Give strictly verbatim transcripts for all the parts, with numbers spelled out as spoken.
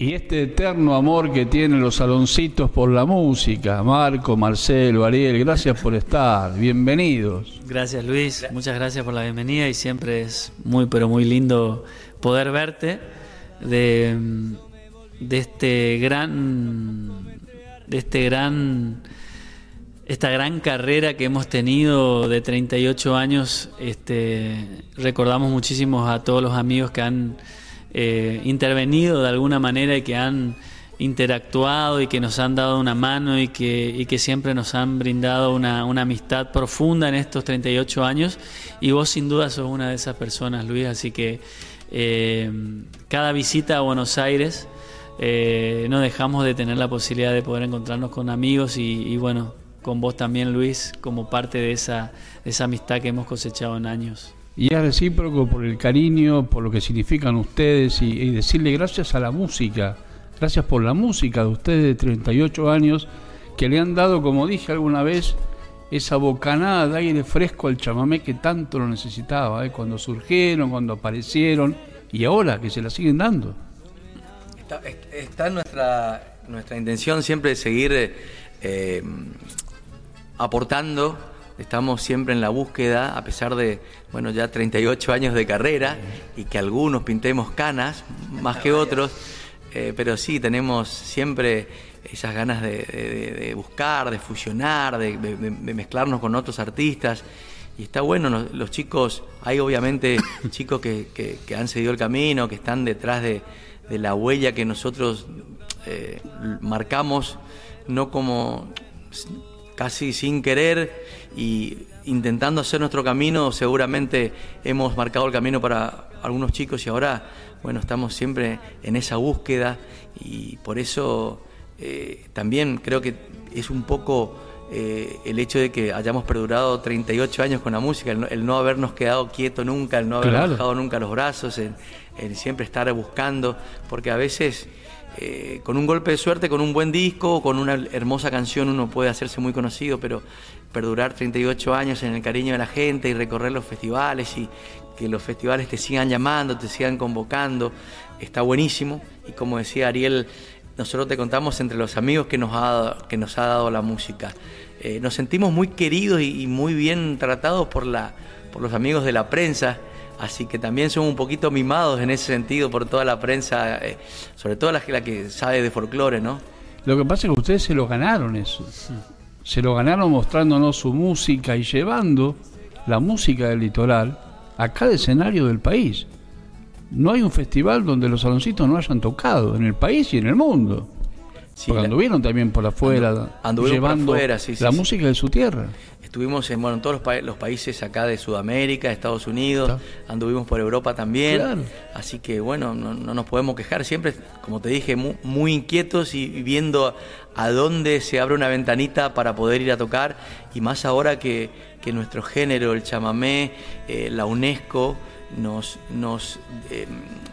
Y este eterno amor que tienen los saloncitos por la música. Marco, Marcelo, Ariel, gracias por estar, bienvenidos. Gracias, Luis, muchas gracias por la bienvenida y siempre es muy pero muy lindo poder verte de, de este gran de este gran esta gran carrera que hemos tenido de treinta y ocho años. Este, recordamos muchísimo a todos los amigos que han Eh, intervenido de alguna manera y que han interactuado y que nos han dado una mano y que, y que siempre nos han brindado una, una amistad profunda en estos treinta y ocho años, y vos sin duda sos una de esas personas, Luis, así que eh, cada visita a Buenos Aires eh, no dejamos de tener la posibilidad de poder encontrarnos con amigos y, y bueno, con vos también, Luis, como parte de esa, de esa amistad que hemos cosechado en años. Y es recíproco por el cariño, por lo que significan ustedes, y, y decirle gracias a la música, gracias por la música de ustedes de treinta y ocho años, que le han dado, como dije alguna vez, esa bocanada de aire fresco al chamamé que tanto lo necesitaba, ¿eh? Cuando surgieron, cuando aparecieron, y ahora que se la siguen dando. Está, está nuestra, nuestra intención siempre de seguir eh, aportando. Estamos siempre en la búsqueda, a pesar de, bueno, ya treinta y ocho años de carrera y que algunos pintemos canas más que otros, eh, pero sí tenemos siempre esas ganas de, de, de buscar, de fusionar, de, de, de mezclarnos con otros artistas. Y está bueno, los, los chicos, hay obviamente chicos que, que, que han seguido el camino, que están detrás de, de la huella que nosotros eh, marcamos, no como casi sin querer, y intentando hacer nuestro camino. Seguramente hemos marcado el camino para algunos chicos y ahora, bueno, estamos siempre en esa búsqueda, y por eso eh, también creo que es un poco eh, el hecho de que hayamos perdurado treinta y ocho años con la música, el no, el no habernos quedado quieto nunca, el no haber Claro. bajado nunca los brazos, el, el siempre estar buscando, porque a veces Eh, con un golpe de suerte, con un buen disco, con una hermosa canción uno puede hacerse muy conocido, pero perdurar treinta y ocho años en el cariño de la gente y recorrer los festivales y que los festivales te sigan llamando, te sigan convocando, está buenísimo. Y como decía Ariel, nosotros te contamos entre los amigos que nos ha, que nos ha dado la música. Eh, nos sentimos muy queridos y, y muy bien tratados por, la, por los amigos de la prensa. Así que también somos un poquito mimados en ese sentido por toda la prensa, eh, sobre todo la, la que sabe de folclore, ¿no? Lo que pasa es que ustedes se lo ganaron eso. Se lo ganaron mostrándonos su música y llevando la música del litoral a cada escenario del país. No hay un festival donde los saloncitos no hayan tocado en el país y en el mundo. Sí, porque anduvieron la, también por afuera, andu, llevando por afuera, sí, sí, la sí. música de su tierra. Estuvimos en, bueno, en todos los, pa los países acá de Sudamérica, Estados Unidos, claro. Anduvimos por Europa también, claro. Así que bueno, no, no nos podemos quejar, siempre, como te dije, muy, muy inquietos y, y viendo a dónde se abre una ventanita para poder ir a tocar, y más ahora que, que nuestro género, el chamamé, eh, la UNESCO nos... nos eh,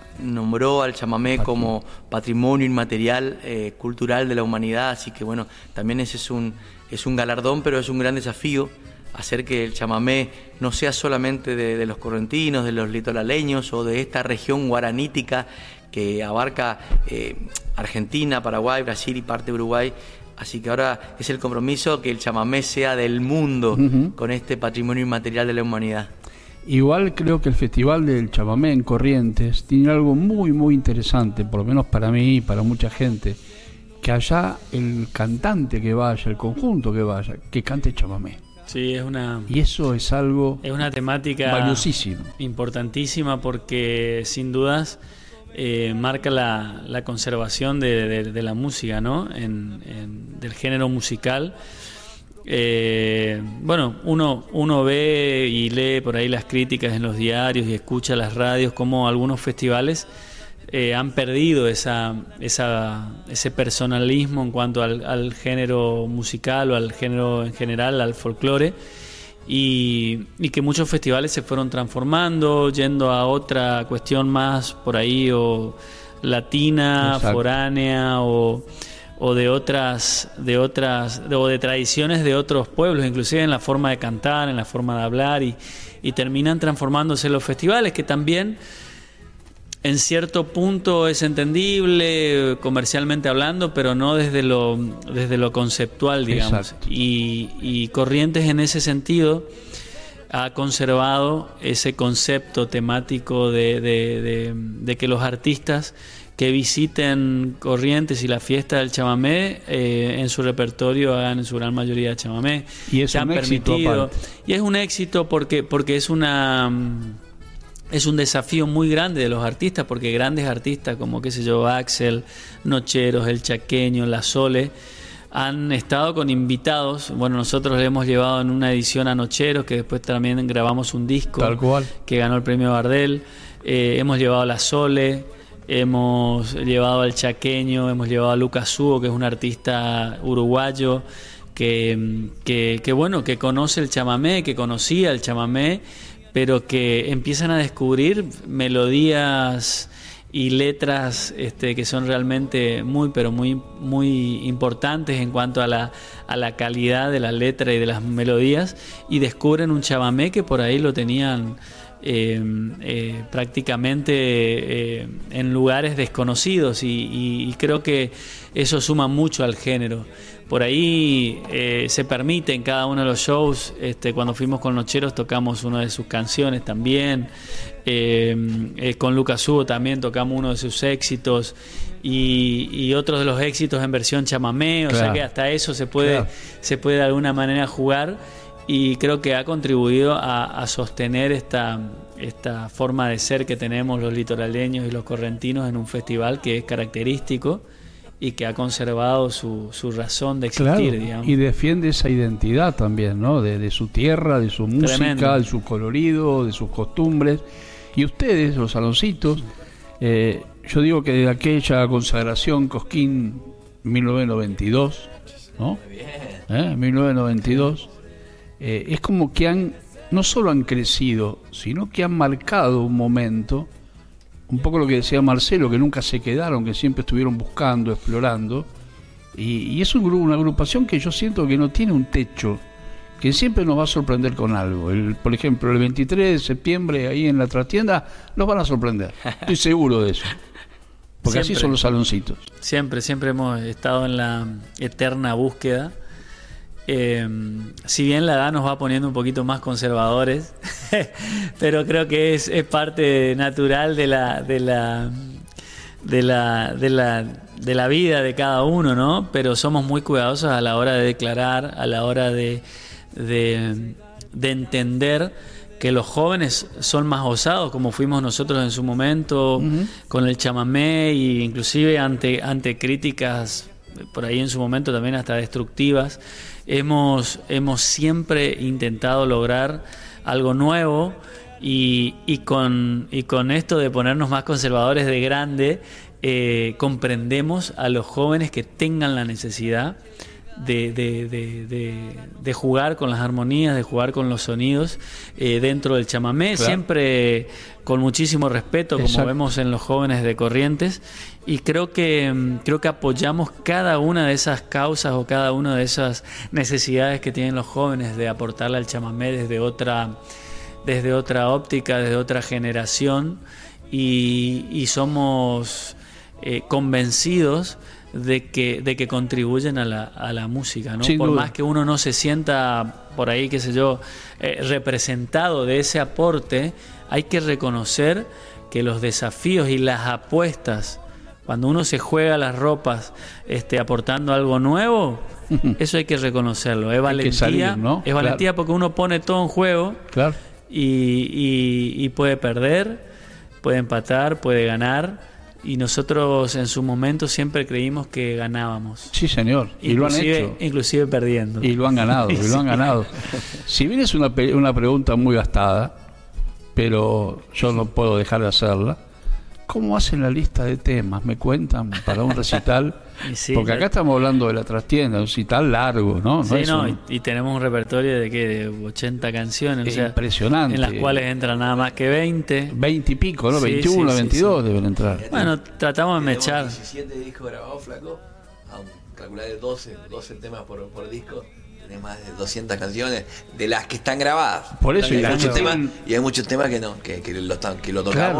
nombró al chamamé como patrimonio inmaterial eh, cultural de la humanidad, así que bueno, también ese es un, es un galardón, pero es un gran desafío hacer que el chamamé no sea solamente de, de los correntinos, de los litoraleños o de esta región guaranítica que abarca eh, Argentina, Paraguay, Brasil y parte de Uruguay. Así que ahora es el compromiso que el chamamé sea del mundo, uh-huh, con este patrimonio inmaterial de la humanidad. Igual creo que el Festival del Chamamé en Corrientes tiene algo muy muy interesante, por lo menos para mí y para mucha gente, que allá el cantante que vaya, el conjunto que vaya, que cante chamamé. Sí, es una... Y eso es algo... Es una temática... valiosísima. Importantísima porque sin dudas eh, marca la, la conservación de, de, de la música, ¿no? En, en, del género musical. Eh, bueno, uno, uno ve y lee por ahí las críticas en los diarios y escucha las radios como algunos festivales eh, han perdido esa, esa, ese personalismo en cuanto al, al género musical o al género en general, al folclore, y, y que muchos festivales se fueron transformando, yendo a otra cuestión más por ahí o latina, exacto, foránea o... o de otras de otras de, o de tradiciones de otros pueblos, inclusive en la forma de cantar, en la forma de hablar, y, y terminan transformándose en los festivales, que también en cierto punto es entendible comercialmente hablando, pero no desde lo, desde lo conceptual, digamos. Y, y Corrientes en ese sentido ha conservado ese concepto temático de, de, de, de que los artistas que visiten Corrientes y la fiesta del chamamé, eh, en su repertorio hagan en su gran mayoría chamamé. Y es un éxito aparte. Y es un éxito porque, porque es una es un desafío muy grande de los artistas, porque grandes artistas como, qué sé yo, Axel, Nocheros, El Chaqueño, La Sole, han estado con invitados. Bueno, nosotros le hemos llevado en una edición a Nocheros, que después también grabamos un disco. Tal cual. Que ganó el premio Gardel. Eh, hemos llevado a La Sole, hemos llevado al Chaqueño, hemos llevado a Lucas Hugo, que es un artista uruguayo que, que, que bueno, que conoce el chamamé, que conocía el chamamé, pero que empiezan a descubrir melodías y letras este, que son realmente muy, pero muy, muy importantes en cuanto a la, a la calidad de la letra y de las melodías, y descubren un chamamé que por ahí lo tenían Eh, eh, prácticamente eh, en lugares desconocidos, y, y, y creo que eso suma mucho al género. Por ahí eh, se permite en cada uno de los shows, este, cuando fuimos con Nocheros tocamos una de sus canciones también, eh, eh, con Lucas Hugo también tocamos uno de sus éxitos, y, y otros de los éxitos en versión chamamé, o claro. sea que hasta eso se puede, claro. se puede de alguna manera jugar. Y creo que ha contribuido a, a sostener esta, esta forma de ser que tenemos los litoraleños y los correntinos en un festival que es característico y que ha conservado su, su razón de existir, claro, digamos. Y defiende esa identidad también, ¿no? De, de su tierra, de su música, Tremendo. de su colorido, de sus costumbres. Y ustedes, los saloncitos, eh, yo digo que de aquella consagración Cosquín mil novecientos noventa y dos, ¿no? Muy bien. ¿Eh? mil novecientos noventa y dos. Eh, es como que han, no solo han crecido, sino que han marcado un momento, un poco lo que decía Marcelo, que nunca se quedaron, que siempre estuvieron buscando, explorando, y, y es un grupo, una agrupación que yo siento que no tiene un techo, que siempre nos va a sorprender con algo. El, por ejemplo, el veintitrés de septiembre ahí en la trastienda nos van a sorprender, estoy seguro de eso, porque siempre, así son los saloncitos. Siempre, siempre hemos estado en la eterna búsqueda. Eh, si bien la edad nos va poniendo un poquito más conservadores, pero creo que es, es parte natural de la, de la de la de la de la vida de cada uno, ¿no? Pero somos muy cuidadosos a la hora de declarar, a la hora de de, de entender que los jóvenes son más osados, como fuimos nosotros en su momento, uh-huh. con el chamamé, e inclusive ante ante críticas por ahí en su momento también hasta destructivas. Hemos, hemos siempre intentado lograr algo nuevo, y, y, con, y con esto de ponernos más conservadores de grande, eh, comprendemos a los jóvenes que tengan la necesidad de, de, de, de, de jugar con las armonías, de jugar con los sonidos eh, dentro del chamamé, claro. siempre con muchísimo respeto, como Exacto. vemos en los jóvenes de Corrientes, y creo que creo que apoyamos cada una de esas causas o cada una de esas necesidades que tienen los jóvenes de aportarle al chamamé desde otra desde otra óptica, desde otra generación, y, y somos eh, convencidos de que de que contribuyen a la, a la música, ¿no? Sin Por duda. Más que uno no se sienta por ahí, qué sé yo, eh, representado de ese aporte, hay que reconocer que los desafíos y las apuestas, cuando uno se juega las ropas este, aportando algo nuevo, eso hay que reconocerlo. Es valentía, salir, ¿no? Es valentía, claro. porque uno pone todo en juego, claro. y, y, y puede perder, puede empatar, puede ganar. Y nosotros en su momento siempre creímos que ganábamos. Sí, señor. Y inclusive, lo han hecho. Inclusive perdiendo. Y lo han ganado, y lo han ganado. Si bien es una, una pregunta muy gastada, pero yo no puedo dejar de hacerla. ¿Cómo hacen la lista de temas? ¿Me cuentan para un recital? Sí, porque acá estamos hablando de la trastienda, un recital largo, ¿no? no sí, no, un... y, y tenemos un repertorio de ¿qué? De ochenta canciones, es o sea, impresionante. En las cuales entran nada más que veinte. veinte y pico, ¿no? Sí, veintiuno, sí, veintidós sí, sí. deben entrar. Bueno, tratamos de mechar. diecisiete discos grabados, flaco. Calcular de doce, doce temas por, por disco. Tenés más de doscientas canciones de las que están grabadas. Por eso, y y hay, muchos temas, temas, y hay muchos temas que no, que, que, lo, que lo tocamos. Claro.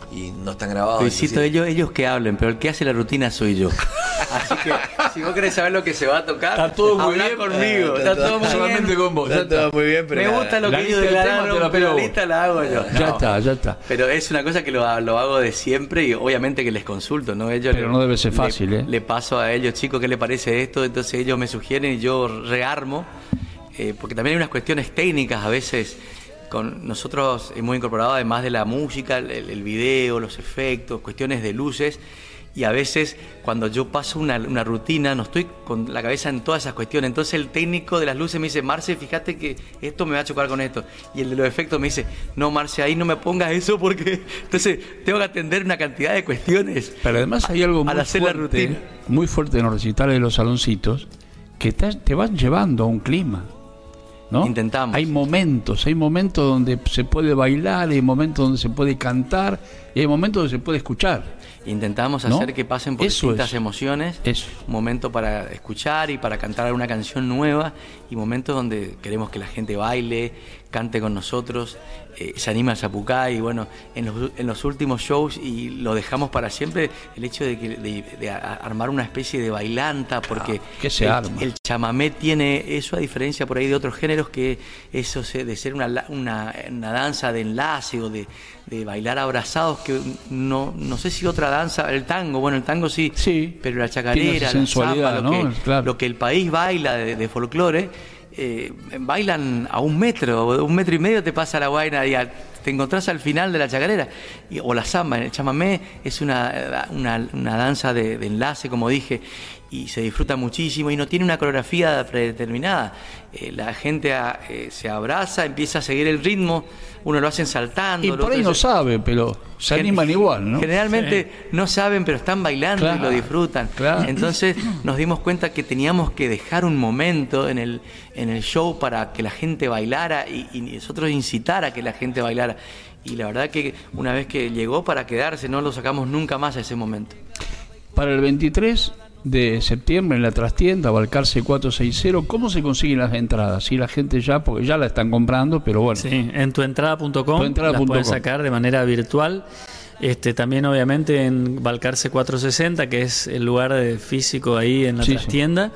y no están grabados. Luisito, ellos, ellos que hablen, pero el que hace la rutina soy yo. Así que si vos querés saber lo que se va a tocar, está todo muy habla bien conmigo. Eh, está, está todo muy solamente bien. con vos. Está todo muy bien, pero me nada. gusta lo La que lista ellos del tema declararon, te la pero la pego. lista la hago yo. Ya No. está, ya está. Pero es una cosa que lo, lo hago de siempre y obviamente que les consulto, ¿no? Ellos Pero le- no debe ser le- fácil, ¿eh? Le paso a ellos, chicos, ¿qué les parece esto? Entonces ellos me sugieren y yo rearmo, eh, porque también hay unas cuestiones técnicas a veces. Con nosotros hemos incorporado, además de la música, el, el video, los efectos, cuestiones de luces, y a veces cuando yo paso una, una rutina no estoy con la cabeza en todas esas cuestiones. Entonces el técnico de las luces me dice, Marce, fíjate que esto me va a chocar con esto, y el de los efectos me dice, no, Marce, ahí no me pongas eso porque entonces tengo que atender una cantidad de cuestiones. Pero además hay algo muy al hacer la fuerte, rutina. muy fuerte en los recitales de los saloncitos, que te, te van llevando a un clima, ¿no? Intentamos. Hay momentos, hay momentos donde se puede bailar, hay momentos donde se puede cantar, y hay momentos donde se puede escuchar. Intentamos ¿No? hacer que pasen por Eso distintas es. emociones, Eso. un momento para escuchar y para cantar una canción nueva, y momentos donde queremos que la gente baile, cante con nosotros, eh, se anima al Zapucay, y bueno, en los, en los últimos shows, y lo dejamos para siempre, el hecho de, que, de, de a- armar una especie de bailanta, porque Ah, que se el, arma. el chamamé tiene eso, a diferencia por ahí de otros géneros, que eso se- de ser una, la- una, una danza de enlace o de, de bailar abrazados, que no, no sé si otra danza, el tango, bueno, el tango sí, Sí, pero la tiene chacarera, esa la sensualidad, zamba, lo, ¿no? que, Claro. lo que el país baila de, de folclore, eh, bailan a un metro, o un metro y medio te pasa la guaina y a- te encontrás al final de la chacarera, y- o la samba. El chamamé es una, una, una danza de, de enlace, como dije, y se disfruta muchísimo y no tiene una coreografía predeterminada. Eh, la gente a- eh, se abraza, empieza a seguir el ritmo, uno lo hacen saltando. Y lo por ahí otro no se- sabe, pero se Gen- animan igual, ¿no? Generalmente no saben, pero están bailando Claro, y lo disfrutan. claro. Entonces nos dimos cuenta que teníamos que dejar un momento en el, en el show para que la gente bailara y, y nosotros incitar a que la gente bailara. Y la verdad que una vez que llegó para quedarse, no lo sacamos nunca más a ese momento. Para el veintitrés de septiembre en la trastienda Balcarce cuatrocientos sesenta, ¿cómo se consiguen las entradas? Si la gente ya, porque ya la están comprando, pero bueno. Sí, en tuentrada punto com tuentrada las punto pueden com. sacar de manera virtual. Este, también obviamente en Balcarce cuatrocientos sesenta, que es el lugar de físico ahí en la Sí, trastienda.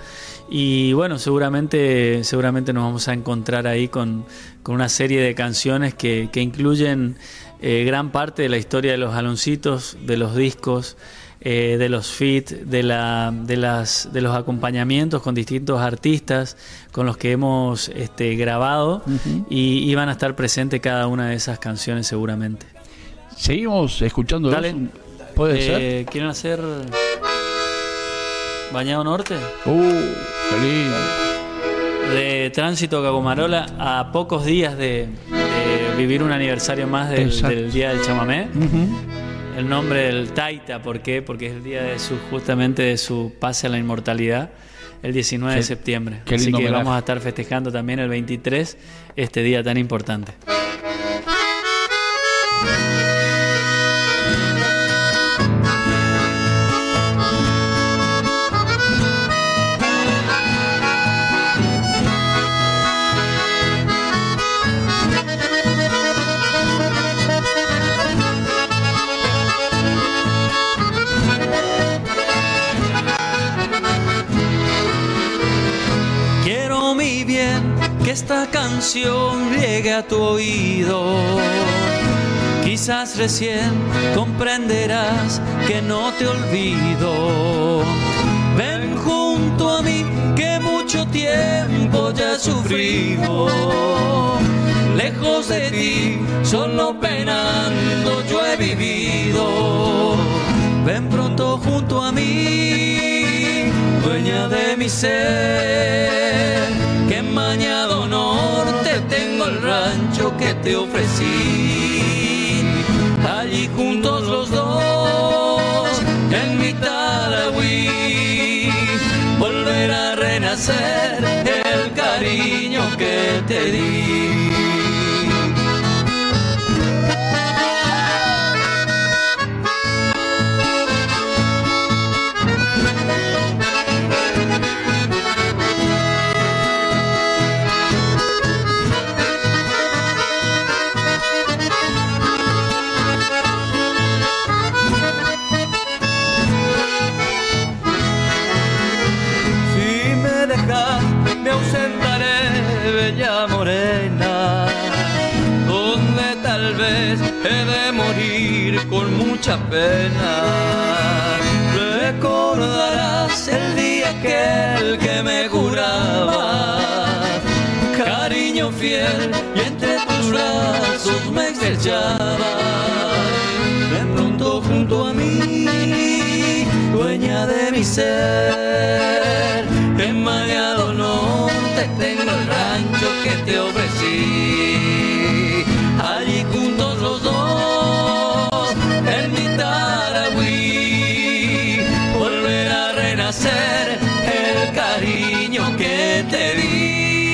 Y bueno, seguramente seguramente nos vamos a encontrar ahí con, con una serie de canciones que, que incluyen eh, gran parte de la historia de los Jaloncitos, de los discos, eh, de los feat, de, la, de, las, de los acompañamientos con distintos artistas con los que hemos este, grabado, Ujú. y, y van a estar presentes cada una de esas canciones seguramente. Seguimos escuchando. Dale. ¿Puede ser? Eh, ¿Quieren hacer Bañado Norte? Uh, qué lindo. De Tránsito Cagomarola, a pocos días de, de vivir un aniversario más del, Exacto. del Día del Chamamé. Ujú. El nombre del Taita, ¿por qué? Porque es el día de su, justamente de su pase a la inmortalidad, el diecinueve de Qué- septiembre. qué Así lindo que homenaje. vamos a estar festejando también el veintitrés, este día tan importante. Quiero mi bien que esta canción llegue a tu oído. Quizás recién comprenderás que no te olvido. Ven junto a mí que mucho tiempo ya he sufrido. Lejos de ti, solo penando yo he vivido. Ven pronto junto a mí, dueña de mi ser, que en Bañado Norte tengo el rancho que te ofrecí. Allí juntos los dos, en mi Tarahui, volverá a renacer el cariño que te di. mucha pena. Recordarás el día aquel que me jurabas cariño fiel y entre tus brazos me estrechabas. De pronto junto a mí, dueña de mi ser, en Bañado Norte tengo el rancho que te ofrecí. Allí juntos los dos, en mi Taragüí, volver a renacer el cariño que te di.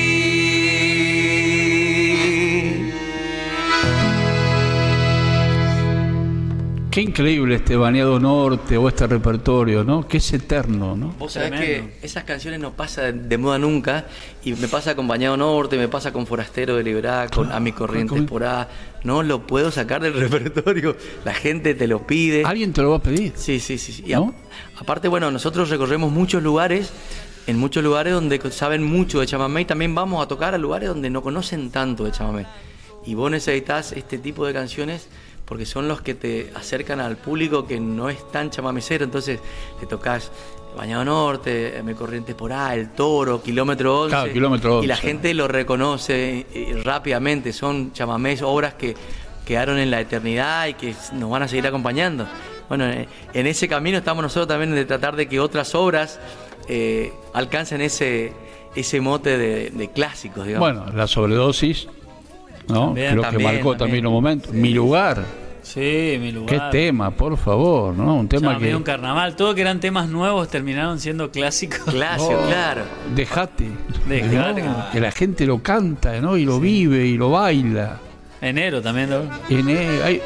Qué increíble este Bañado Norte o este repertorio, ¿no? Que es eterno, ¿no? Vos sabés Tremendo. que esas canciones no pasan de moda nunca, y me pasa con Bañado Norte, me pasa con Forastero de Liberá, con A mi corriente ¿cómo? por A. No lo puedo sacar del repertorio, la gente te lo pide. Alguien te lo va a pedir. Sí, sí, sí. sí. Y ¿No? a- aparte, bueno, nosotros recorremos muchos lugares, en muchos lugares donde saben mucho de chamamé, y también vamos a tocar a lugares donde no conocen tanto de chamamé. Y vos necesitas este tipo de canciones porque son los que te acercan al público que no es tan chamamecero. Entonces te tocas Bañado Norte, Me Corriente por A, El Toro, Kilómetro once. Claro, Kilómetro once. Y la gente lo reconoce eh, rápidamente. Son chamamés, obras que quedaron en la eternidad y que nos van a seguir acompañando. Bueno, eh, en ese camino estamos nosotros también de tratar de que otras obras eh, alcancen ese, ese mote de, de clásicos, digamos. Bueno, La Sobredosis, ¿no? También, Creo también, que marcó también, también. un momento. Mi Lugar. Sí, Mi Lugar. Qué tema, por favor, ¿no? Un tema Chamamé, que... un carnaval. Todo que eran temas nuevos terminaron siendo clásicos. Clásico, Oh, claro. Dejate. Dejate. ¿no? Que la gente lo canta, ¿no? Y lo vive y lo baila. Enero también, ¿no? En el- hay,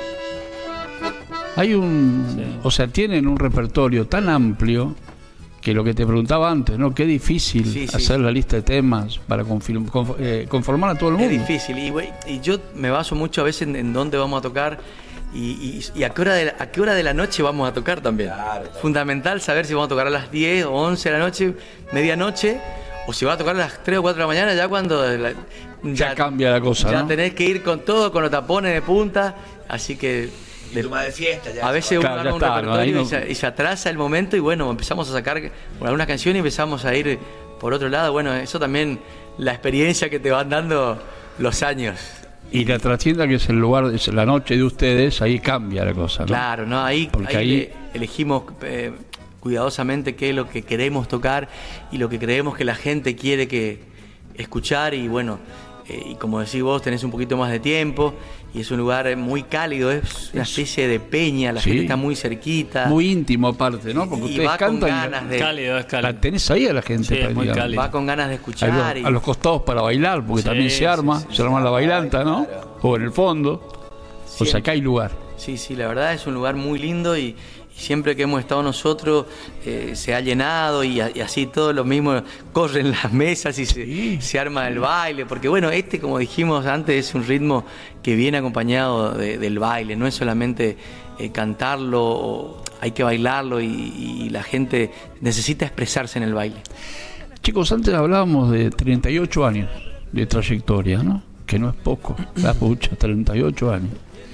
hay un... Sí. O sea, tienen un repertorio tan amplio que lo que te preguntaba antes, ¿no? Qué difícil Sí, sí. hacer la lista de temas para confirm- conf- eh, conformar a todo el Es mundo. difícil. Y, güey, y yo me baso mucho a veces en, en dónde vamos a tocar y, y- y a, qué hora de la, a qué hora de la noche vamos a tocar también. Claro, claro. Fundamental saber si vamos a tocar a las diez o once de la noche, medianoche, o si va a tocar a las tres o cuatro de la mañana, ya cuando la- Ya cambia la cosa, ya ¿no? tenés que ir con todo, con los tapones de punta, así que Y tú más de fiesta ya. a veces se va. uno Claro, ya arma un está, ¿no? repertorio Ahí no- y, se, y se atrasa el momento y bueno, empezamos a sacar por algunas canciones y empezamos a ir por otro lado. Bueno, eso también, la experiencia que te van dando los años. Y la trastienda, que es el lugar, es la noche de ustedes, ahí cambia la cosa, ¿no? Claro, ¿no? Ahí, Porque ahí ahí- le- elegimos eh, cuidadosamente qué es lo que queremos tocar y lo que creemos que la gente quiere que escuchar y bueno, eh, y como decís vos, tenés un poquito más de tiempo y es un lugar muy cálido, es una especie de peña, la Sí. gente está muy cerquita. Muy íntimo aparte, ¿no? Porque y ustedes va con cantan y ganas de- Cálido, es cálido. la tenés ahí a la gente. Sí, es muy prácticamente. cálido. va con ganas de A escuchar. los, y- a los costados para bailar, porque Sí, también se sí, arma, sí, sí. se arma la bailanta, ¿no? O en el fondo. O sea, acá hay lugar. Sí, sí, la verdad es un lugar muy lindo y, y siempre que hemos estado nosotros eh, se ha llenado y, a- y así todo lo mismo, corren las mesas y se, Sí. se arma el baile, porque bueno, este como dijimos antes es un ritmo que viene acompañado de- del baile, no es solamente eh, cantarlo, o hay que bailarlo y, y la gente necesita expresarse en el baile. Chicos, antes hablábamos de treinta y ocho años de trayectoria, ¿no? Que no es poco, la pucha, treinta y ocho años.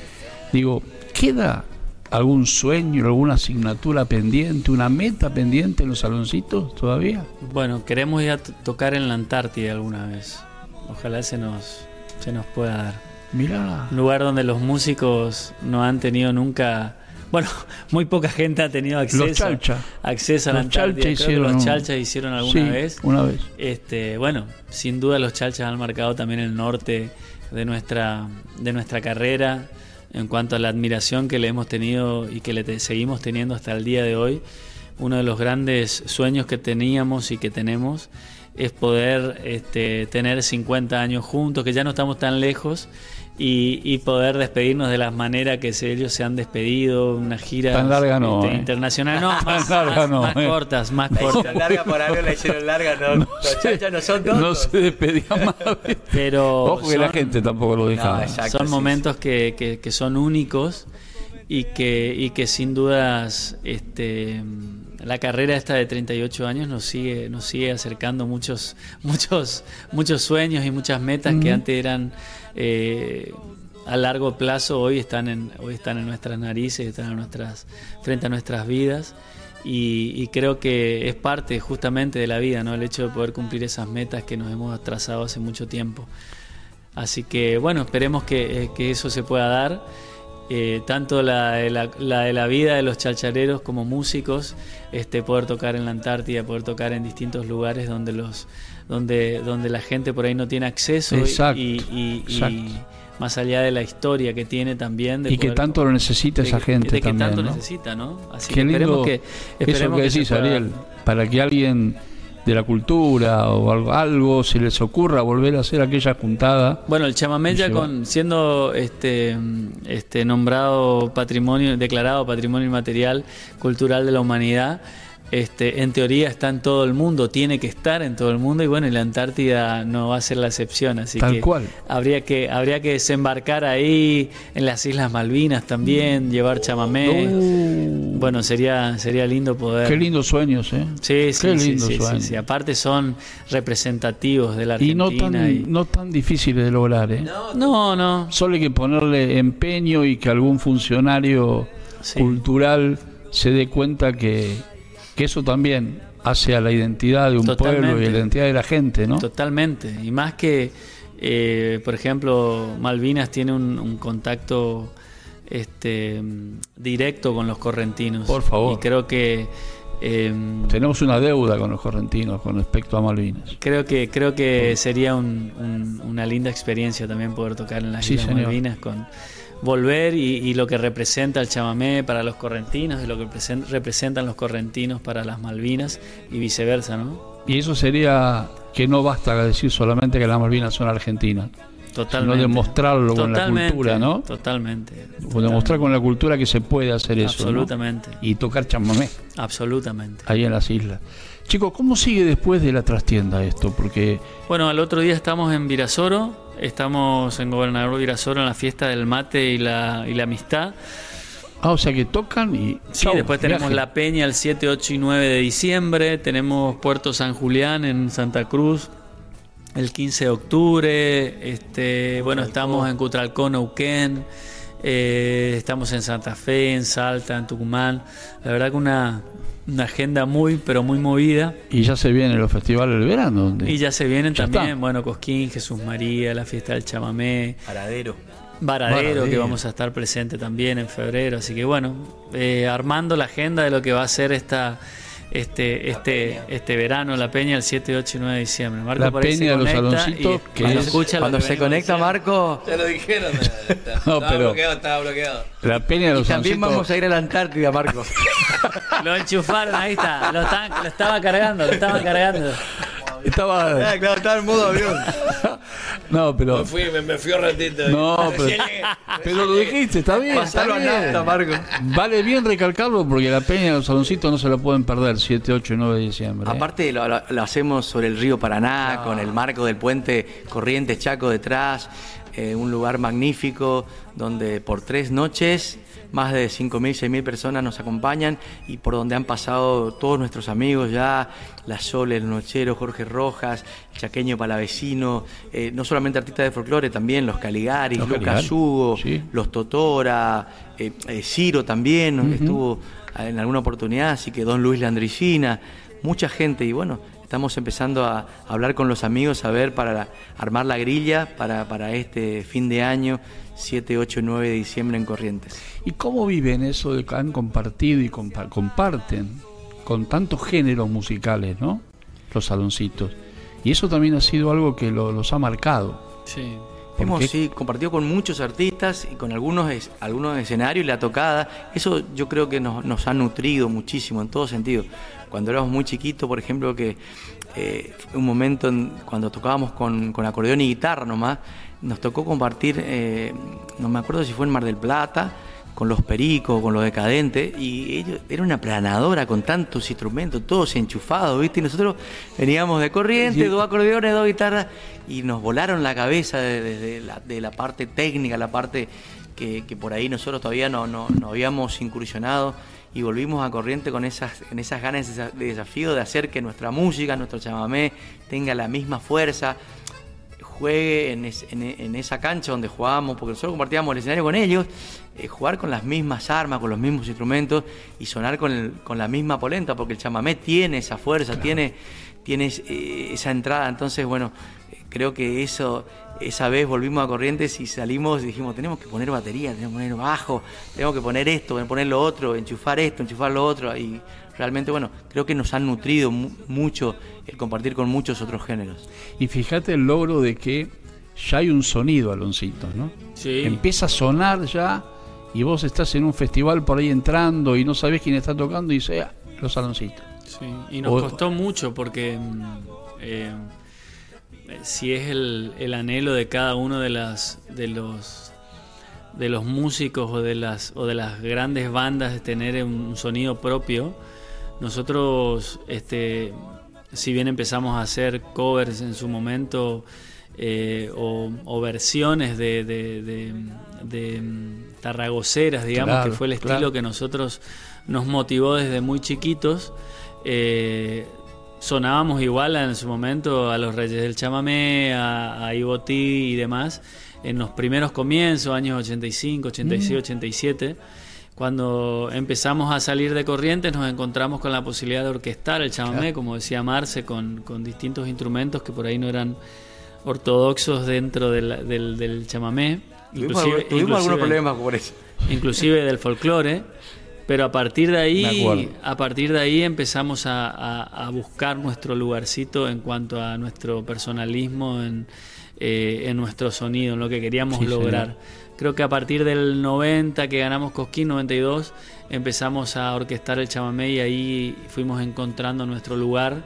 Digo, ¿queda algún sueño, alguna asignatura pendiente, una meta pendiente en los saloncitos todavía? Bueno, queremos ir a t- tocar en la Antártida alguna vez. Ojalá se nos, se nos pueda dar. Mirá, Un lugar donde los músicos no han tenido nunca... Bueno, muy poca gente ha tenido acceso, Los Chalcha. acceso a la Los Antártida. Chalcha Creo que hicieron los un- Chalchas hicieron alguna sí, vez. una vez. Este, bueno, sin duda los Chalchas han marcado también el norte de nuestra, de nuestra carrera en cuanto a la admiración que le hemos tenido y que le te- seguimos teniendo hasta el día de hoy. Uno de los grandes sueños que teníamos y que tenemos es poder este, tener cincuenta años juntos, que ya no estamos tan lejos, y, y poder despedirnos de la manera que se- ellos se han despedido, una gira Tan larga no, este, eh. internacional, no, más, larga más- no, más eh. cortas, más La cortas. hicieron larga por algo, la hicieron larga, no, los Chalchas no son tontos. No se despedía más. Pero Ojo que la son- gente tampoco lo dejaba. No, exacto. son sí, momentos que, que, que son únicos y que, y que sin dudas este, la carrera esta de treinta y ocho años nos sigue, nos sigue acercando muchos, muchos, muchos sueños y muchas metas que Ujú. antes eran eh, a largo plazo hoy están en, hoy están en nuestras narices, están en nuestras, frente a nuestras vidas. Y, y creo que es parte justamente de la vida, ¿no? El hecho de poder cumplir esas metas que nos hemos trazado hace mucho tiempo. Así que bueno, esperemos que, que eso se pueda dar, eh, tanto la de la, la de la vida de los chalchareros como músicos, este, poder tocar en la Antártida, poder tocar en distintos lugares donde los donde donde la gente por ahí no tiene acceso. Exacto, y, y, y, exacto. y más allá de la historia que tiene también de y poder, que tanto lo necesita esa de, gente de que también, tanto ¿no? necesita, ¿no? Así Qué que lindo esperemos que esperemos eso que que se decís, pueda. Ariel, para que alguien de la cultura o algo, algo se les ocurra volver a hacer aquella juntada. Bueno, el chamamé ya con siendo este este nombrado patrimonio, declarado patrimonio inmaterial cultural de la humanidad, este en teoría está en todo el mundo, tiene que estar en todo el mundo, y bueno, y la Antártida no va a ser la excepción, así Tal que cual. habría que habría que desembarcar ahí en las Islas Malvinas también, llevar chamamé. Uh, Bueno, sería sería lindo poder. Qué lindos sueños, ¿eh? Sí, sí, Qué sí, lindos sí, sí, sueños. sí. Aparte son representativos de la Y Argentina. no tan, y- no tan difíciles de lograr, ¿eh? No, No, no. Solo hay que ponerle empeño y que algún funcionario Sí. cultural se dé cuenta que, que eso también hace a la identidad de un Totalmente. pueblo y a la identidad de la gente, ¿no? Totalmente. Y más que, eh, por ejemplo, Malvinas tiene un, un contacto este directo con los correntinos. Por favor. Y creo que eh, Tenemos una deuda con los correntinos con respecto a Malvinas. creo que creo que sería un- un- una linda experiencia también poder tocar en las Sí, Islas señor. Malvinas, con volver y, y lo que representa el chamamé para los correntinos y lo que presen- representan los correntinos para las Malvinas y viceversa, ¿no? Y eso sería que no basta decir solamente que las Malvinas son argentinas, Totalmente. sino demostrarlo con la Totalmente, cultura, ¿no? Totalmente. O demostrar con la cultura que se puede hacer eso, ¿no? Absolutamente. Y tocar chamamé Absolutamente. ahí en las islas. Chicos, ¿cómo sigue después de la trastienda esto? Porque Bueno, al otro día estamos en Virasoro, estamos en Gobernador Virasoro en la fiesta del mate y la, y la amistad. ah, o sea que tocan y Sí, chau, después tenemos viaje. La Peña el siete, ocho y nueve de diciembre, tenemos Puerto San Julián en Santa Cruz el quince de octubre, este, bueno, estamos en Cutralcó, Neuquén, eh, estamos en Santa Fe, en Salta, en Tucumán. La verdad que una, una agenda muy, pero muy movida. Y ya se vienen los festivales del verano. Donde Y ya se vienen Ya también, está. bueno, Cosquín, Jesús María, la fiesta del chamamé, Paradero. Varadero, Varadero. que vamos a estar presente también en febrero. Así que bueno, eh, armando la agenda de lo que va a ser esta este este este verano, La Peña, el siete, ocho y nueve de diciembre. Marco La por ahí se Peña de los conecta Saloncitos, y que cuando es- escucha lo Cuando que se venimos conecta diciendo. Marco, ya lo dijeron. Estaba No, pero- bloqueado, estaba bloqueado. La Peña de y los también Saloncitos- vamos a ir a la Antártida, Marco. Lo enchufaron, ahí está, lo, estaban- lo estaba cargando, lo estaban cargando. Estaba... Ah, claro, estaba en modo avión. No, pero... Me fui, me, me fui un ratito. No, pero, Recién llegué. pero lo dijiste, está bien, está Pasalo a bien. nafta, Marco. Vale bien recalcarlo porque la Peña de los Saloncitos no se la pueden perder siete, ocho y nueve de diciembre. ¿eh? Aparte lo, lo- lo hacemos sobre el río Paraná, con el marco del puente Corrientes Chaco detrás, eh, un lugar magnífico donde por tres noches más de cinco mil, seis mil personas nos acompañan y por donde han pasado todos nuestros amigos ya, La Sole, El Nochero, Jorge Rojas, el Chaqueño Palavecino, eh, no solamente artistas de folclore, también los Caligaris, Los Lucas Caligaris, Hugo, sí. los Totora, eh, eh, Ciro también Ujú. estuvo en alguna oportunidad, así que Don Luis Landricina, mucha gente, y bueno, estamos empezando a hablar con los amigos, a ver, para la- armar la grilla para, para este fin de año, siete, ocho y nueve de diciembre en Corrientes. ¿Y cómo viven eso de que han compartido y compa- comparten con tantos géneros musicales, ¿no? Los saloncitos. Y eso también ha sido algo que lo- los ha marcado. Sí. ¿Por Hemos qué? sí, compartido con muchos artistas y con algunos, es- algunos escenarios y la tocada. Eso yo creo que nos, nos ha nutrido muchísimo en todo sentido. Cuando éramos muy chiquitos, por ejemplo, que eh, fue un momento en- cuando tocábamos con, con acordeón y guitarra nomás, nos tocó compartir, eh, no me acuerdo si fue en Mar del Plata, con los Pericos, con los Decadentes, y ellos, era una planadora con tantos instrumentos, todos enchufados, ¿viste? Y nosotros veníamos de Corrientes, Sí. dos acordeones, dos guitarras, y nos volaron la cabeza de, de- de la, de la parte técnica, la parte que, que por ahí nosotros todavía no, no, no habíamos incursionado, y volvimos a Corrientes con esas, en esas ganas de desa- de desafío de hacer que nuestra música, nuestro chamamé, tenga la misma fuerza, juegue en, es, en, en esa cancha donde jugábamos, porque nosotros compartíamos el escenario con ellos, eh, jugar con las mismas armas, con los mismos instrumentos y sonar con, el, con la misma polenta, porque el chamamé tiene esa fuerza, claro. tiene, tiene eh, esa entrada. Entonces, bueno, eh, creo que eso, esa vez volvimos a Corrientes y salimos y dijimos, tenemos que poner batería, tenemos que poner bajo, tenemos que poner esto, poner lo otro, enchufar esto, enchufar lo otro, y realmente, bueno, creo que nos han nutrido mu- mucho el compartir con muchos otros géneros. Y fíjate el logro de que ya hay un sonido, Aloncito, ¿no? Sí. Empieza a sonar ya y vos estás en un festival por ahí entrando y no sabés quién está tocando y dices, ah, los Aloncitos. Sí, y nos o, costó mucho porque eh, si es el, el anhelo de cada uno de las de los de los músicos o de las o de las grandes bandas de tener un sonido propio. Nosotros, este, si bien empezamos a hacer covers en su momento eh, o, o versiones de, de, de, de tarragoceras, digamos, claro, que fue el estilo claro. que nosotros nos motivó desde muy chiquitos, eh, sonábamos igual en su momento a los Reyes del Chamamé, a, a Ibotí y demás, en los primeros comienzos, años ochenta y cinco, ochenta y seis, mm. ochenta y siete. Cuando empezamos a salir de Corrientes nos encontramos con la posibilidad de orquestar el chamamé, claro. como decía Marce, con, con distintos instrumentos que por ahí no eran ortodoxos dentro del, del, del chamamé. Tuvimos, inclusive, tuvimos algunos problemas por eso. Inclusive del folclore, pero a partir de ahí, a partir de ahí empezamos a, a, a buscar nuestro lugarcito en cuanto a nuestro personalismo, en, eh, en nuestro sonido, en lo que queríamos sí, lograr. Señor. Creo que a partir del noventa que ganamos Cosquín, noventa y dos, empezamos a orquestar el chamamé y ahí fuimos encontrando nuestro lugar,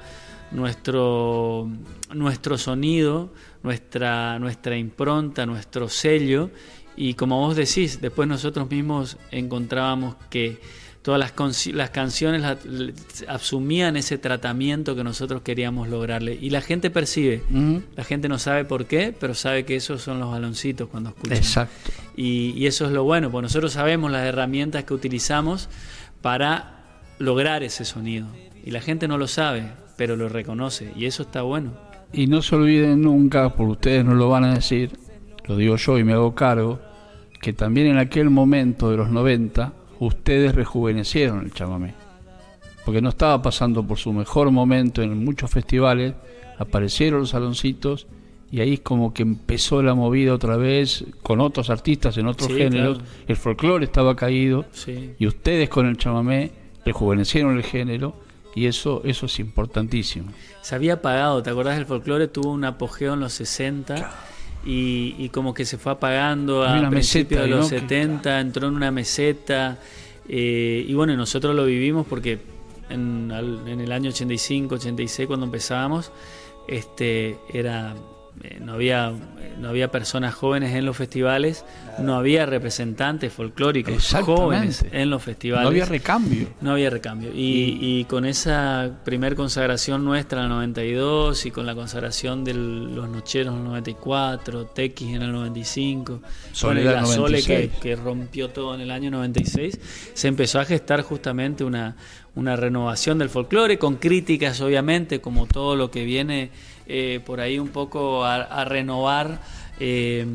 nuestro, nuestro sonido, nuestra, nuestra impronta, nuestro sello. Y como vos decís, después nosotros mismos encontrábamos que todas las, las canciones la, la, asumían ese tratamiento que nosotros queríamos lograrle. Y la gente percibe, uh-huh. la gente no sabe por qué, pero sabe que esos son los Aloncitos cuando escuchan. Exacto. Y, y eso es lo bueno, porque nosotros sabemos las herramientas que utilizamos para lograr ese sonido. Y la gente no lo sabe, pero lo reconoce, y eso está bueno. Y no se olviden nunca, porque ustedes no lo van a decir, lo digo yo y me hago cargo, que también en aquel momento de los noventa ustedes rejuvenecieron el chamamé, porque no estaba pasando por su mejor momento en muchos festivales, aparecieron los Aloncitos y ahí es como que empezó la movida otra vez con otros artistas en otros sí, géneros, claro. El folclore estaba caído sí. y ustedes con el chamamé rejuvenecieron el género y eso, eso es importantísimo. Se había apagado, ¿te acordás? El folclore tuvo un apogeo en los sesenta. Claro. Y, y como que se fue apagando a principios de los setenta, entró en una meseta eh, y bueno, nosotros lo vivimos porque en, en el año ochenta y cinco, ochenta y seis cuando empezábamos este era eh, no había no había personas jóvenes en los festivales, no había representantes folclóricos jóvenes en los festivales, no había recambio no había recambio y, y con esa primer consagración nuestra en el noventa y dos y con la consagración de los Nocheros en el noventa y cuatro, Tequis en el noventa y cinco, Soledad la Sole que, que rompió todo en el año noventa y seis, se empezó a gestar justamente una, una renovación del folclore con críticas obviamente como todo lo que viene Eh, por ahí un poco a, a renovar eh,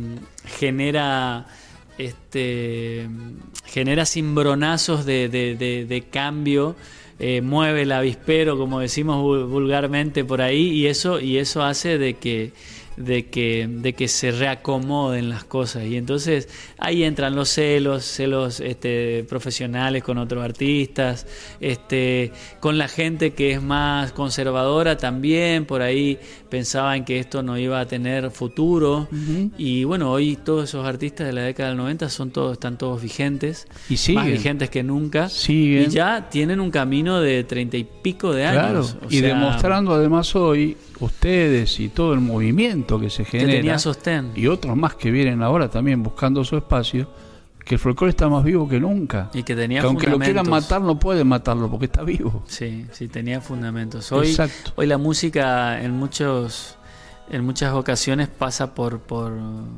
genera este genera cimbronazos de, de, de, de cambio, eh, mueve el avispero como decimos vulgarmente por ahí y eso y eso hace de que de que de que se reacomoden las cosas y entonces ahí entran los celos celos este profesionales con otros artistas, este con la gente que es más conservadora también por ahí pensaban que esto no iba a tener futuro uh-huh. y bueno, hoy todos esos artistas de la década del noventa son todos están todos vigentes y siguen. Más vigentes que nunca siguen. Y ya tienen un camino de treinta y pico de años, claro. y sea, demostrando además hoy ustedes y todo el movimiento que se genera que tenía sostén. Y otros más que vienen ahora también buscando su espacio, que el folclore está más vivo que nunca y que tenía que aunque fundamentos. Lo quieran matar no pueden matarlo porque está vivo. Sí, sí, tenía fundamentos. Hoy, Exacto. hoy la música en muchos en muchas ocasiones pasa por por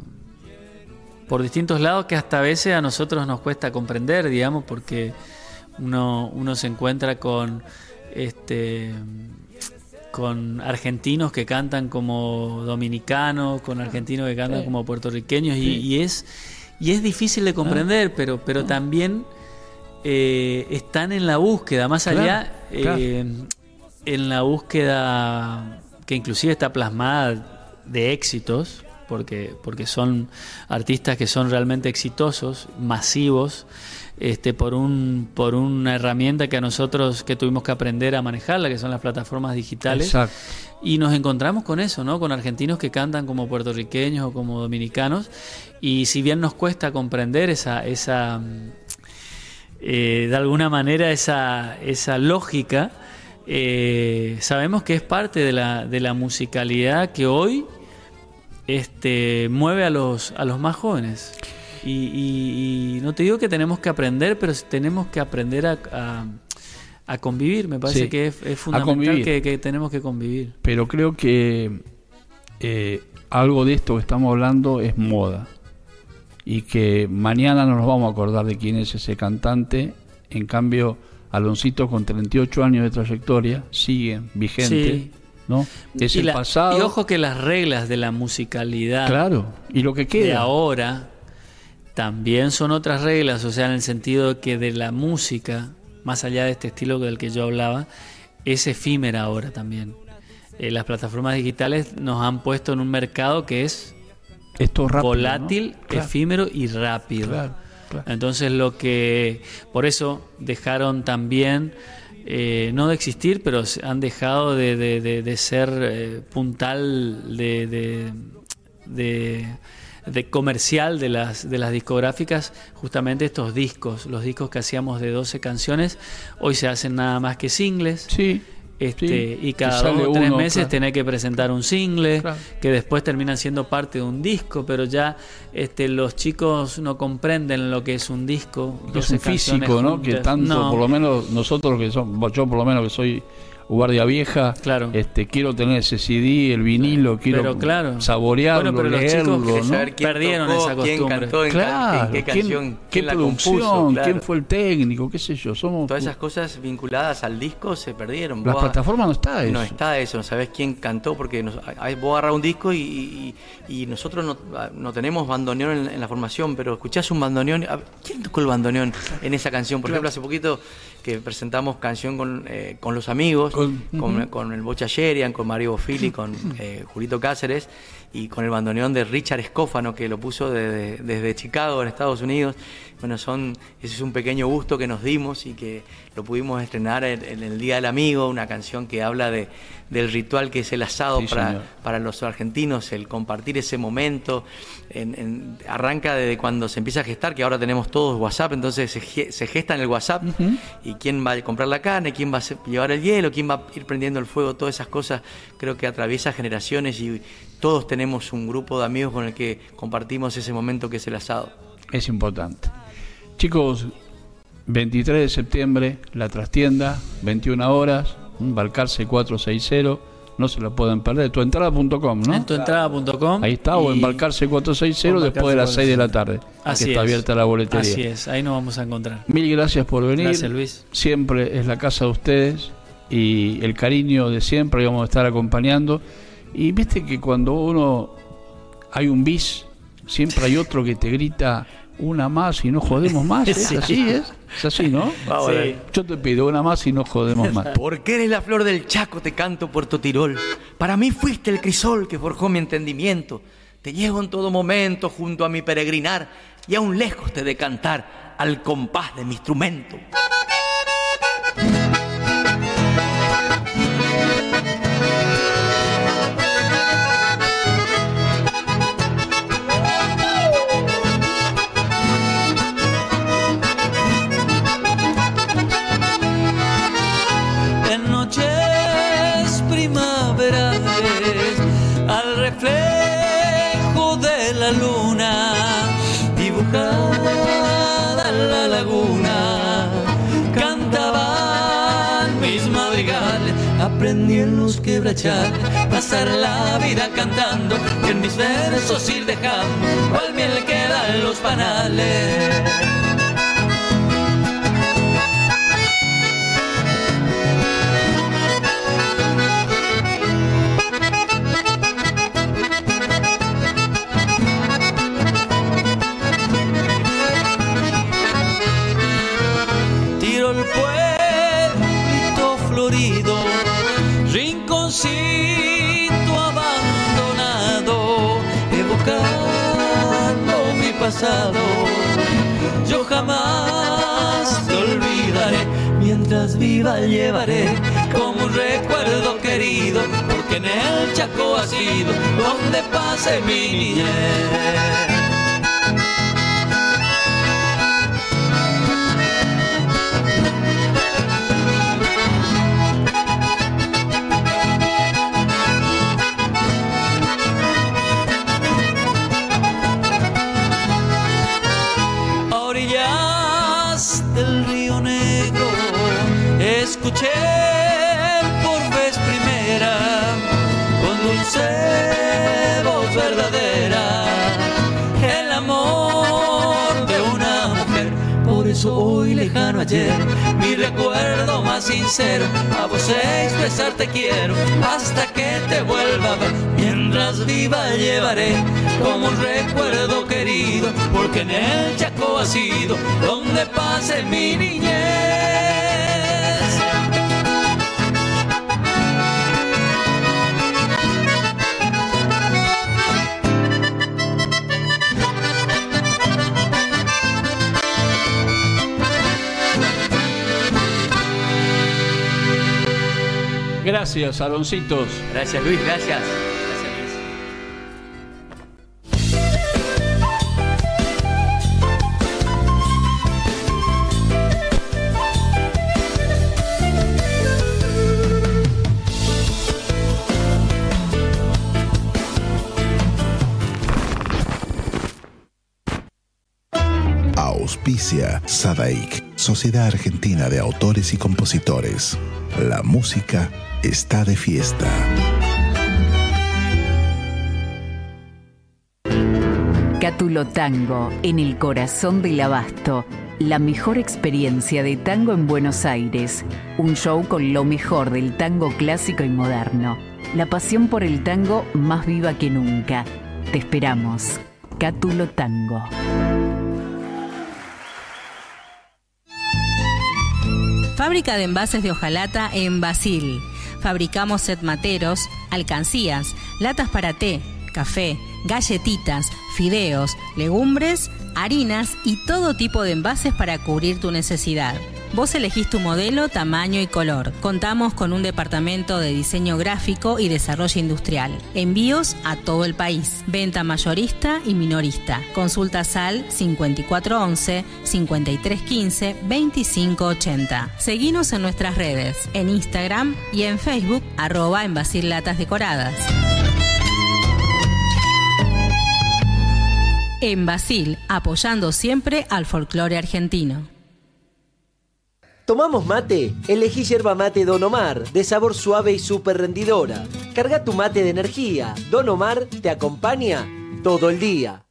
por distintos lados que hasta a veces a nosotros nos cuesta comprender, digamos, porque uno uno se encuentra con este con argentinos que cantan como dominicanos, con argentinos que cantan sí. como puertorriqueños, y, Sí. y es y es difícil de comprender, ah. pero, pero ah. también eh, están en la búsqueda, más claro, allá, claro. Eh, en la búsqueda que inclusive está plasmada de éxitos, porque, porque son artistas que son realmente exitosos, masivos, este, por un por una herramienta que a nosotros que tuvimos que aprender a manejarla, que son las plataformas digitales. Exacto. Y nos encontramos con eso, ¿no? Con argentinos que cantan como puertorriqueños o como dominicanos, y si bien nos cuesta comprender esa esa eh, de alguna manera esa esa lógica, eh, sabemos que es parte de la de la musicalidad que hoy este mueve a los a los más jóvenes. Y, y, y no te digo que tenemos que aprender, pero tenemos que aprender a, a, a convivir. Me parece sí, que es, es fundamental que, que tenemos que convivir. Pero creo que eh, algo de esto que estamos hablando es moda. Y que mañana no nos vamos a acordar de quién es ese cantante. En cambio, Aloncito, con treinta y ocho años de trayectoria, sigue vigente. Sí. ¿No? Es y el la, pasado. Y ojo que las reglas de la musicalidad, claro, y lo que queda de ahora también son otras reglas, o sea, en el sentido de que de la música, más allá de este estilo del que yo hablaba, es efímera ahora también. Eh, las plataformas digitales nos han puesto en un mercado que es Esto rápido, volátil, ¿no? Claro. efímero y rápido. Claro, claro. Entonces lo que, por eso dejaron también, eh, no de existir, pero han dejado de, de, de, de ser eh, puntal de, de, de de comercial de las de las discográficas, justamente estos discos, los discos que hacíamos de doce canciones, hoy se hacen nada más que singles. Sí. Este, sí, y cada dos o tres uno, meses claro. tenés que presentar un single, claro. que después terminan siendo parte de un disco, pero ya este, los chicos no comprenden lo que es un disco. Es un físico, ¿no? Que tanto, no. por lo menos nosotros que somos, yo por lo menos que soy guardia vieja, claro. este, quiero tener ese C D, el vinilo, quiero pero, claro. saborearlo, bueno, pero leerlo, los chicos, ¿no? Perdieron tocó, esa costumbre. Quién cantó en, claro, en qué ¿quién, canción, qué quién la producción, compuso, claro. quién fue el técnico, qué sé yo, somos todas esas cosas vinculadas al disco se perdieron. Las vos plataformas no está eso. No está eso, no sabés quién cantó, porque nos, vos agarrás un disco y, y, y nosotros no, no tenemos bandoneón en, en la formación, pero escuchás un bandoneón. ¿Quién tocó el bandoneón en esa canción? Por claro. ejemplo, hace poquito que presentamos canción con, eh, con los amigos, con, con, uh-huh. con el Bocha Yerian, con Mario Bofili, con eh, Julito Cáceres y con el bandoneón de Richard Escófano, que lo puso de, de, desde Chicago, en Estados Unidos. Bueno, son ese es un pequeño gusto que nos dimos y que lo pudimos estrenar en, en el Día del Amigo, una canción que habla de, del ritual que es el asado sí, para, para los argentinos, el compartir ese momento. En, en, arranca desde cuando se empieza a gestar, que ahora tenemos todos WhatsApp, entonces se, se gesta en el WhatsApp, uh-huh. y quién va a comprar la carne, quién va a llevar el hielo, quién va a ir prendiendo el fuego, todas esas cosas creo que atraviesa generaciones y todos tenemos un grupo de amigos con el que compartimos ese momento que es el asado. Es importante. Chicos, veintitrés de septiembre, La Trastienda, veintiuna horas, Balcarce cuatrocientos sesenta, no se lo pueden perder. tuentrada punto com, ¿no? En tuentrada punto com. Ahí está, y... o en Balcarce cuatrocientos sesenta después de las seis de la tarde. Así que está es. abierta la boletería. Así es, ahí nos vamos a encontrar. Mil gracias por venir. Gracias, Luis. Siempre es la casa de ustedes y el cariño de siempre, y vamos a estar acompañando. Y viste que cuando uno hay un bis, siempre hay otro que te grita una más y no jodemos más. ¿Es sí. así? ¿Es? ¿Es así, no? Sí. Yo te pido una más y no jodemos más. Porque eres la flor del Chaco, te canto Puerto Tirol. Para mí fuiste el crisol que forjó mi entendimiento. Te llevo en todo momento junto a mi peregrinar y aún lejos te de cantar al compás de mi instrumento. Aprendí en los quebrachales, pasar la vida cantando, y en mis versos ir dejando cual miel queda en los panales. pasado. Yo jamás te olvidaré, mientras viva llevaré como un recuerdo querido, porque en el Chaco ha sido donde pasé mi niñez. Escuché por vez primera con dulce voz verdadera el amor de una mujer. Por eso hoy lejano ayer, mi recuerdo más sincero, a vos expresar te quiero hasta que te vuelva a ver. Mientras viva llevaré como un recuerdo querido, porque en el Chaco ha sido donde pasé mi niñez. Gracias, Aloncitos. Gracias, Luis, gracias. Auspicia Sadaik, Sociedad Argentina de Autores y Compositores. La música está de fiesta. Cátulo Tango, en el corazón del Abasto. La mejor experiencia de tango en Buenos Aires. Un show con lo mejor del tango clásico y moderno. La pasión por el tango más viva que nunca. Te esperamos. Cátulo Tango. Fábrica de envases de hojalata en Basil. Fabricamos set materos, alcancías, latas para té, café, galletitas, fideos, legumbres, harinas y todo tipo de envases para cubrir tu necesidad. Vos elegís tu modelo, tamaño y color. Contamos con un departamento de diseño gráfico y desarrollo industrial. Envíos a todo el país. Venta mayorista y minorista. Consultas al cincuenta y cuatro once, cincuenta y tres quince, veinticinco ochenta. Seguinos en nuestras redes, en Instagram y en Facebook, arroba en Basil Latas Decoradas. En Basil, apoyando siempre al folclore argentino. ¿Tomamos mate? Elegí yerba mate Don Omar, de sabor suave y súper rendidora. Carga tu mate de energía. Don Omar te acompaña todo el día.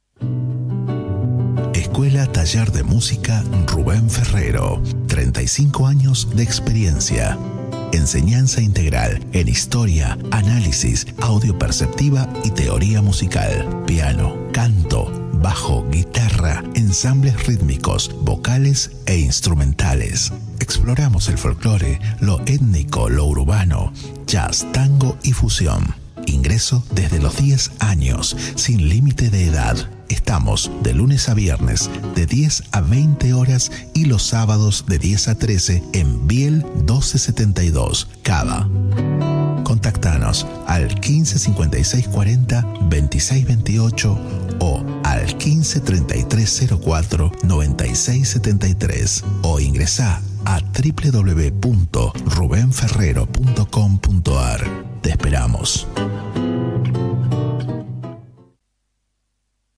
Escuela Taller de Música Rubén Ferrero. treinta y cinco años de experiencia. Enseñanza integral en historia, análisis, audio perceptiva y teoría musical. Piano, canto, bajo, guitarra, ensambles rítmicos, vocales e instrumentales. Exploramos el folclore, lo étnico, lo urbano, jazz, tango y fusión. Ingreso desde los diez años, sin límite de edad. Estamos de lunes a viernes de diez a veinte horas y los sábados de diez a trece en Biel doce setenta y dos, Cava. Contactanos al quince cincuenta y seis cuarenta veintiséis veintiocho o al quince treinta y tres cero cuatro noventa y seis setenta y tres o ingresá a doble u doble u doble u punto rubén ferrero punto com punto a r. Te esperamos.